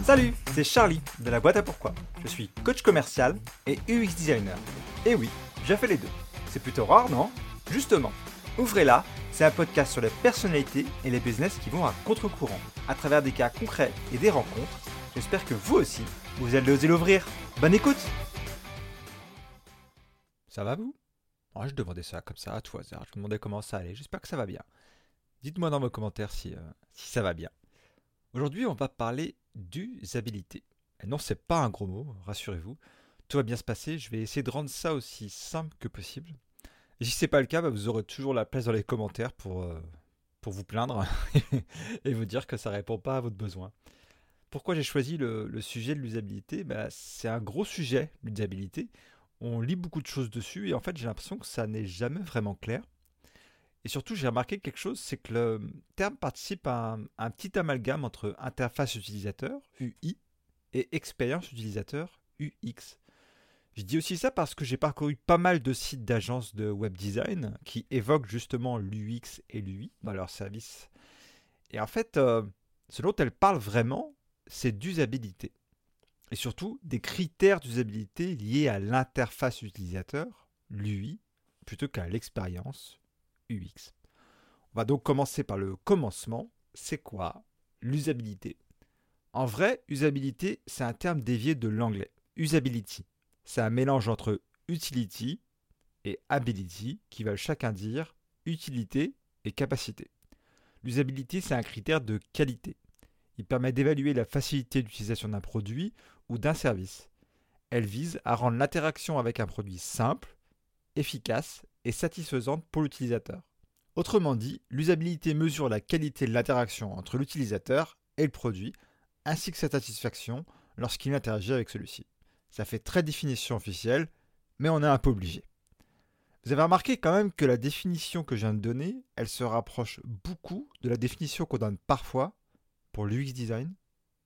Salut, c'est Charlie de la boîte à pourquoi. Je suis coach commercial et UX designer. Et oui, j'ai fait les deux. C'est plutôt rare, non? Justement, Ouvrez-la, c'est un podcast sur les personnalités et les business qui vont à contre-courant, à travers des cas concrets et des rencontres. J'espère que vous aussi, vous allez oser l'ouvrir. Bonne écoute! Ça va vous? Je demandais ça comme ça à tout hasard, je me demandais comment ça allait, j'espère que ça va bien. Dites-moi dans vos commentaires si ça va bien. Aujourd'hui, on va parler d'usabilité. Et non, c'est pas un gros mot, rassurez-vous. Tout va bien se passer, je vais essayer de rendre ça aussi simple que possible. Et si c'est pas le cas, vous aurez toujours la place dans les commentaires pour vous plaindre et vous dire que ça répond pas à votre besoin. Pourquoi j'ai choisi le sujet de l'usabilité? C'est un gros sujet, l'usabilité. On lit beaucoup de choses dessus et en fait j'ai l'impression que ça n'est jamais vraiment clair. Et surtout j'ai remarqué quelque chose, c'est que le terme participe à un petit amalgame entre interface utilisateur, UI, et expérience utilisateur, UX. Je dis aussi ça parce que j'ai parcouru pas mal de sites d'agences de web design qui évoquent justement l'UX et l'UI dans leurs services. Et en fait, ce dont elles parlent vraiment, c'est d'usabilité. Et surtout des critères d'usabilité liés à l'interface utilisateur, l'UI, plutôt qu'à l'expérience, UX. On va donc commencer par le commencement. C'est quoi l'usabilité? En vrai, usabilité, c'est un terme dévié de l'anglais, usability. C'est un mélange entre utility et ability qui veulent chacun dire utilité et capacité. L'usability, c'est un critère de qualité. Il permet d'évaluer la facilité d'utilisation d'un produit ou d'un service. Elle vise à rendre l'interaction avec un produit simple, efficace et satisfaisante pour l'utilisateur. Autrement dit, l'usabilité mesure la qualité de l'interaction entre l'utilisateur et le produit, ainsi que sa satisfaction lorsqu'il interagit avec celui-ci. Ça fait très définition officielle, mais on est un peu obligé. Vous avez remarqué quand même que la définition que je viens de donner, elle se rapproche beaucoup de la définition qu'on donne parfois pour l'UX design.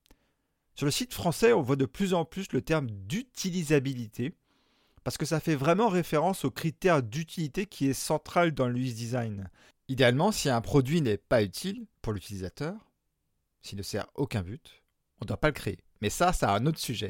Sur le site français, on voit de plus en plus le terme d'utilisabilité, parce que ça fait vraiment référence au critère d'utilité qui est central dans l'UX design. Idéalement, si un produit n'est pas utile pour l'utilisateur, s'il ne sert aucun but, on ne doit pas le créer. Mais ça, c'est un autre sujet.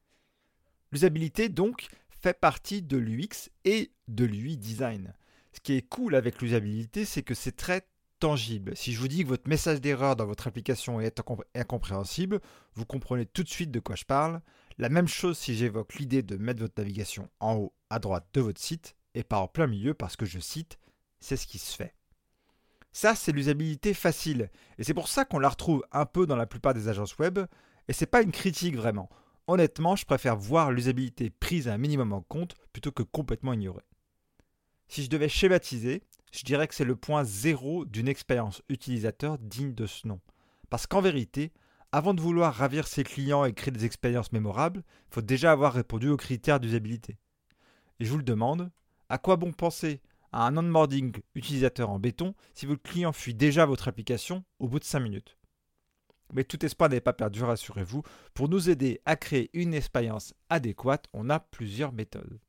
L'usabilité, donc, fait partie de l'UX et de l'UI design. Ce qui est cool avec l'usabilité, c'est que c'est très tangible. Si je vous dis que votre message d'erreur dans votre application est incompréhensible, vous comprenez tout de suite de quoi je parle. La même chose si j'évoque l'idée de mettre votre navigation en haut à droite de votre site et pas en plein milieu parce que je cite, c'est ce qui se fait. Ça, c'est l'usabilité facile. Et c'est pour ça qu'on la retrouve un peu dans la plupart des agences web. Et c'est pas une critique vraiment. Honnêtement, je préfère voir l'usabilité prise un minimum en compte plutôt que complètement ignorée. Si je devais schématiser, je dirais que c'est le point zéro d'une expérience utilisateur digne de ce nom. Parce qu'en vérité, avant de vouloir ravir ses clients et créer des expériences mémorables, il faut déjà avoir répondu aux critères d'usabilité. Et je vous le demande, à quoi bon penser à un onboarding utilisateur en béton si votre client fuit déjà votre application au bout de 5 minutes? Mais tout espoir n'est pas perdu, rassurez-vous. Pour nous aider à créer une expérience adéquate, on a plusieurs méthodes.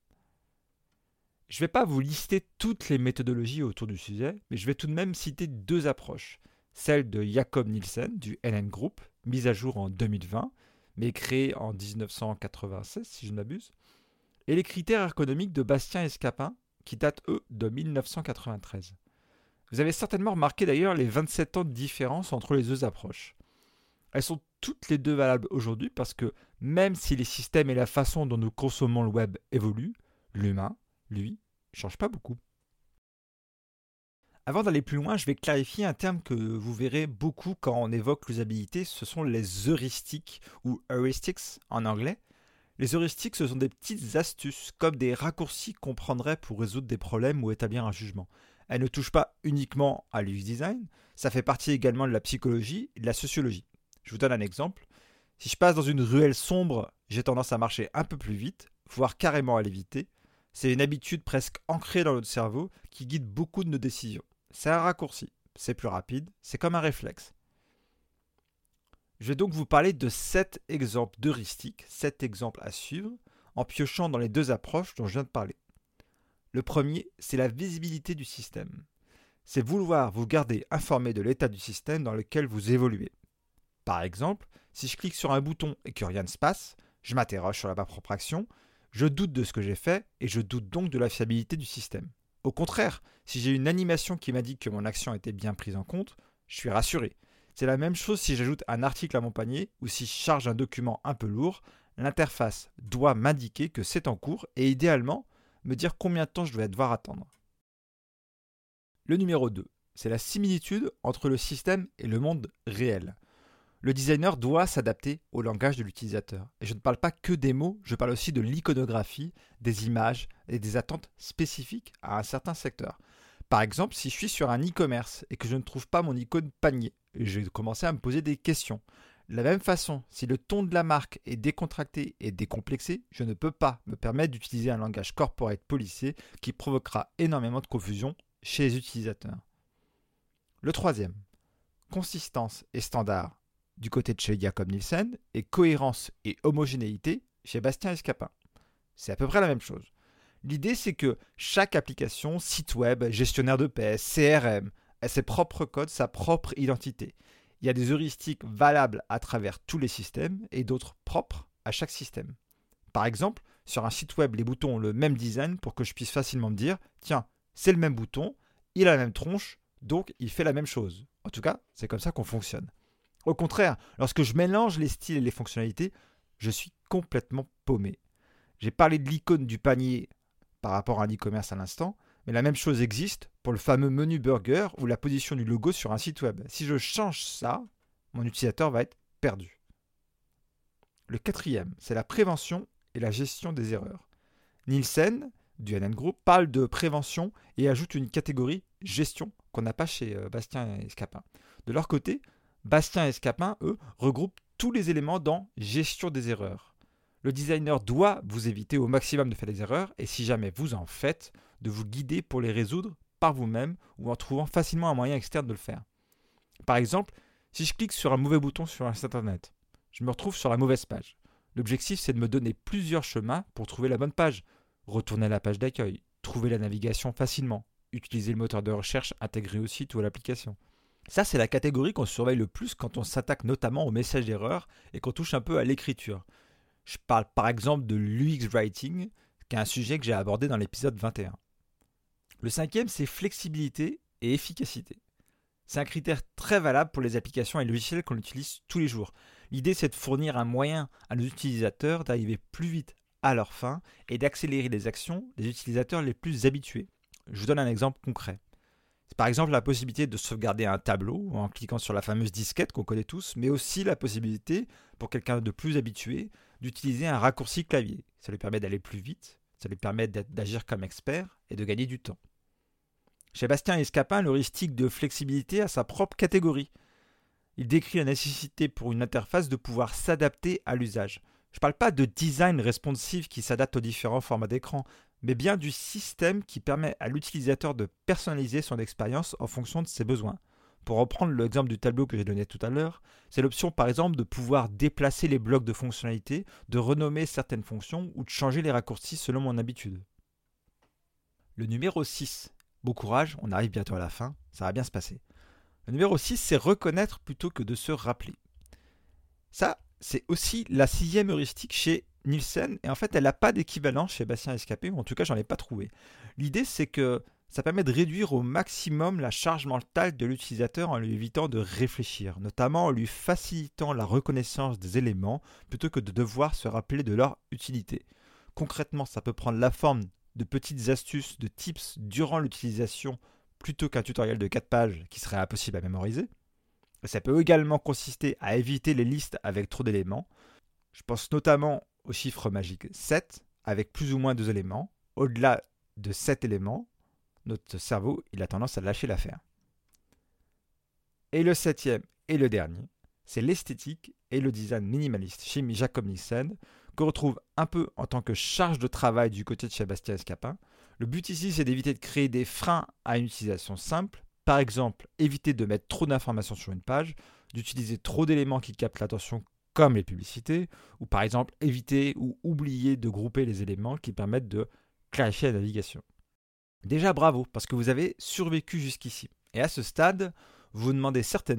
Je ne vais pas vous lister toutes les méthodologies autour du sujet, mais je vais tout de même citer deux approches. Celle de Jakob Nielsen du NN Group, mise à jour en 2020, mais créée en 1996 si je ne m'abuse, et les critères ergonomiques de Bastien et Scapin, qui datent eux de 1993. Vous avez certainement remarqué d'ailleurs les 27 ans de différence entre les deux approches. Elles sont toutes les deux valables aujourd'hui parce que même si les systèmes et la façon dont nous consommons le web évoluent, l'humain, lui, ne change pas beaucoup. Avant d'aller plus loin, je vais clarifier un terme que vous verrez beaucoup quand on évoque l'usabilité, ce sont les heuristiques ou heuristics en anglais. Les heuristiques, ce sont des petites astuces comme des raccourcis qu'on prendrait pour résoudre des problèmes ou établir un jugement. Elles ne touchent pas uniquement à l'UX design, ça fait partie également de la psychologie et de la sociologie. Je vous donne un exemple. Si je passe dans une ruelle sombre, j'ai tendance à marcher un peu plus vite, voire carrément à l'éviter. C'est une habitude presque ancrée dans notre cerveau qui guide beaucoup de nos décisions. C'est un raccourci, c'est plus rapide, c'est comme un réflexe. Je vais donc vous parler de 7 exemples d'heuristiques, 7 exemples à suivre, en piochant dans les deux approches dont je viens de parler. Le premier, c'est la visibilité du système. C'est vouloir vous garder informé de l'état du système dans lequel vous évoluez. Par exemple, Si je clique sur un bouton et que rien ne se passe, je m'interroge sur ma propre action, je doute de ce que j'ai fait et je doute donc de la fiabilité du système. Au contraire, si j'ai une animation qui m'indique que mon action a été bien prise en compte, je suis rassuré. C'est la même chose si j'ajoute un article à mon panier ou si je charge un document un peu lourd, l'interface doit m'indiquer que c'est en cours et idéalement me dire combien de temps je dois devoir attendre. Le numéro 2, c'est la similitude entre le système et le monde réel. Le designer doit s'adapter au langage de l'utilisateur. Et je ne parle pas que des mots, je parle aussi de l'iconographie, des images et des attentes spécifiques à un certain secteur. Par exemple, si je suis sur un e-commerce et que je ne trouve pas mon icône panier, je vais commencer à me poser des questions. De la même façon, si le ton de la marque est décontracté et décomplexé, je ne peux pas me permettre d'utiliser un langage corporate policé qui provoquera énormément de confusion chez les utilisateurs. Le troisième, consistance et standard du côté de chez Jacob Nielsen et cohérence et homogénéité chez Bastien Escapin. C'est à peu près la même chose. L'idée, c'est que chaque application, site web, gestionnaire de paie, CRM, a ses propres codes, sa propre identité. Il y a des heuristiques valables à travers tous les systèmes et d'autres propres à chaque système. Par exemple, sur un site web, les boutons ont le même design pour que je puisse facilement me dire « Tiens, c'est le même bouton, il a la même tronche, donc il fait la même chose. » En tout cas, c'est comme ça qu'on fonctionne. Au contraire, lorsque je mélange les styles et les fonctionnalités, je suis complètement paumé. J'ai parlé de l'icône du panier par rapport à un e-commerce à l'instant, mais la même chose existe pour le fameux menu burger ou la position du logo sur un site web. Si je change ça, mon utilisateur va être perdu. Le quatrième, c'est la prévention et la gestion des erreurs. Nielsen, du NN Group, parle de prévention et ajoute une catégorie gestion qu'on n'a pas chez Bastien Escapin. De leur côté, Bastien et Escapin, eux, regroupent tous les éléments dans gestion des erreurs. Le designer doit vous éviter au maximum de faire des erreurs et si jamais vous en faites, de vous guider pour les résoudre par vous-même ou en trouvant facilement un moyen externe de le faire. Par exemple, si je clique sur un mauvais bouton sur un site internet, je me retrouve sur la mauvaise page. L'objectif, c'est de me donner plusieurs chemins pour trouver la bonne page. Retourner à la page d'accueil, trouver la navigation facilement, utiliser le moteur de recherche intégré au site ou à l'application. Ça, c'est la catégorie qu'on surveille le plus quand on s'attaque notamment aux messages d'erreur et qu'on touche un peu à l'écriture. Je parle par exemple de l'UX Writing, qui est un sujet que j'ai abordé dans l'épisode 21. Le cinquième, c'est flexibilité et efficacité. C'est un critère très valable pour les applications et logiciels qu'on utilise tous les jours. L'idée, c'est de fournir un moyen à nos utilisateurs d'arriver plus vite à leur fin et d'accélérer les actions des utilisateurs les plus habitués. Je vous donne un exemple concret. C'est par exemple la possibilité de sauvegarder un tableau en cliquant sur la fameuse disquette qu'on connaît tous, mais aussi la possibilité, pour quelqu'un de plus habitué, d'utiliser un raccourci clavier. Ça lui permet d'aller plus vite, ça lui permet d'agir comme expert et de gagner du temps. Chez Bastien Escapin, l'heuristique de flexibilité a sa propre catégorie. Il décrit la nécessité pour une interface de pouvoir s'adapter à l'usage. Je ne parle pas de design responsive qui s'adapte aux différents formats d'écran, mais bien du système qui permet à l'utilisateur de personnaliser son expérience en fonction de ses besoins. Pour reprendre l'exemple du tableau que j'ai donné tout à l'heure, c'est l'option par exemple de pouvoir déplacer les blocs de fonctionnalités, de renommer certaines fonctions ou de changer les raccourcis selon mon habitude. Le numéro 6. Bon courage, on arrive bientôt à la fin, ça va bien se passer. Le numéro 6, c'est reconnaître plutôt que de se rappeler. Ça, c'est aussi la 6e heuristique chez Nielsen, et en fait, elle n'a pas d'équivalent chez Bastien Escapin, ou en tout cas, j'en ai pas trouvé. L'idée, c'est que ça permet de réduire au maximum la charge mentale de l'utilisateur en lui évitant de réfléchir, notamment en lui facilitant la reconnaissance des éléments plutôt que de devoir se rappeler de leur utilité. Concrètement, ça peut prendre la forme de petites astuces, de tips durant l'utilisation plutôt qu'un tutoriel de 4 pages qui serait impossible à mémoriser. Ça peut également consister à éviter les listes avec trop d'éléments. Je pense notamment au chiffre magique 7, avec plus ou moins 2 éléments. Au-delà de 7 éléments, notre cerveau il a tendance à lâcher l'affaire. Et le 7e et le dernier, c'est l'esthétique et le design minimaliste chez Jacob Nielsen, qu'on retrouve un peu en tant que charge de travail du côté de chez Bastien Escapin. Le but ici, c'est d'éviter de créer des freins à une utilisation simple. Par exemple, éviter de mettre trop d'informations sur une page, d'utiliser trop d'éléments qui captent l'attention comme les publicités, ou par exemple éviter ou oublier de grouper les éléments qui permettent de clarifier la navigation. Déjà bravo, parce que vous avez survécu jusqu'ici. Et à ce stade, vous vous demandez certainement,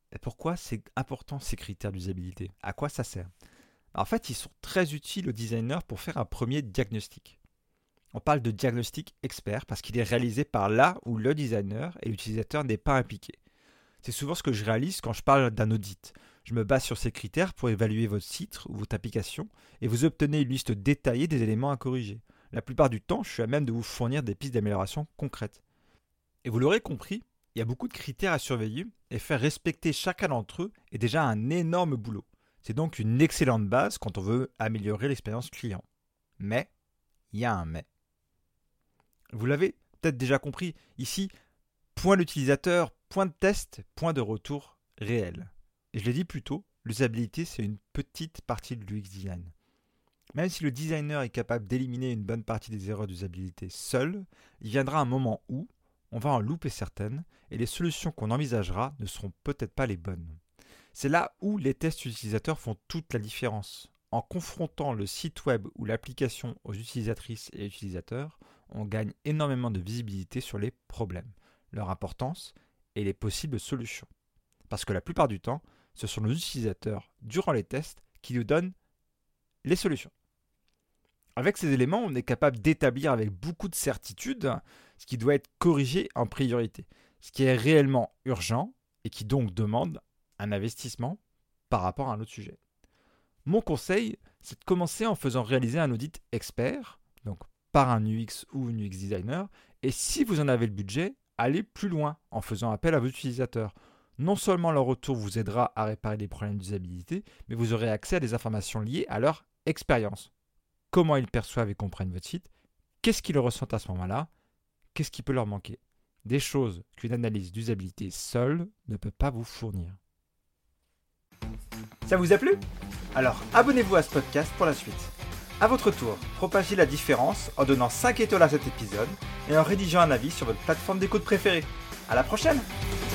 Et pourquoi c'est important ces critères d'usabilité? À quoi ça sert? En fait, ils sont très utiles aux designers pour faire un premier diagnostic. On parle de diagnostic expert parce qu'il est réalisé par là où le designer et l'utilisateur n'est pas impliqué. C'est souvent ce que je réalise quand je parle d'un audit. Je me base sur ces critères pour évaluer votre site ou votre application et vous obtenez une liste détaillée des éléments à corriger. La plupart du temps, je suis à même de vous fournir des pistes d'amélioration concrètes. Et vous l'aurez compris, il y a beaucoup de critères à surveiller et faire respecter chacun d'entre eux est déjà un énorme boulot. C'est donc une excellente base quand on veut améliorer l'expérience client. Mais, il y a un mais. Vous l'avez peut-être déjà compris, ici, point d'utilisateur, point de test, point de retour réel. Et je l'ai dit plus tôt, l'usabilité c'est une petite partie de l'UX design. Même si le designer est capable d'éliminer une bonne partie des erreurs d'usabilité seul, il viendra un moment où on va en louper certaines et les solutions qu'on envisagera ne seront peut-être pas les bonnes. C'est là où les tests utilisateurs font toute la différence. En confrontant le site web ou l'application aux utilisatrices et utilisateurs, on gagne énormément de visibilité sur les problèmes, leur importance et les possibles solutions. Parce que la plupart du temps, ce sont nos utilisateurs, durant les tests, qui nous donnent les solutions. Avec ces éléments, on est capable d'établir avec beaucoup de certitude ce qui doit être corrigé en priorité, ce qui est réellement urgent et qui donc demande un investissement par rapport à un autre sujet. Mon conseil, c'est de commencer en faisant réaliser un audit expert, donc par un UX ou une UX designer, et si vous en avez le budget, allez plus loin en faisant appel à vos utilisateurs. Non seulement leur retour vous aidera à réparer des problèmes d'usabilité, mais vous aurez accès à des informations liées à leur expérience. Comment ils perçoivent et comprennent votre site, qu'est-ce qu'ils ressentent à ce moment-là, qu'est-ce qui peut leur manquer. Des choses qu'une analyse d'usabilité seule ne peut pas vous fournir. Ça vous a plu? Alors abonnez-vous à ce podcast pour la suite. A votre tour, propagez la différence en donnant 5 étoiles à cet épisode et en rédigeant un avis sur votre plateforme d'écoute préférée. À la prochaine!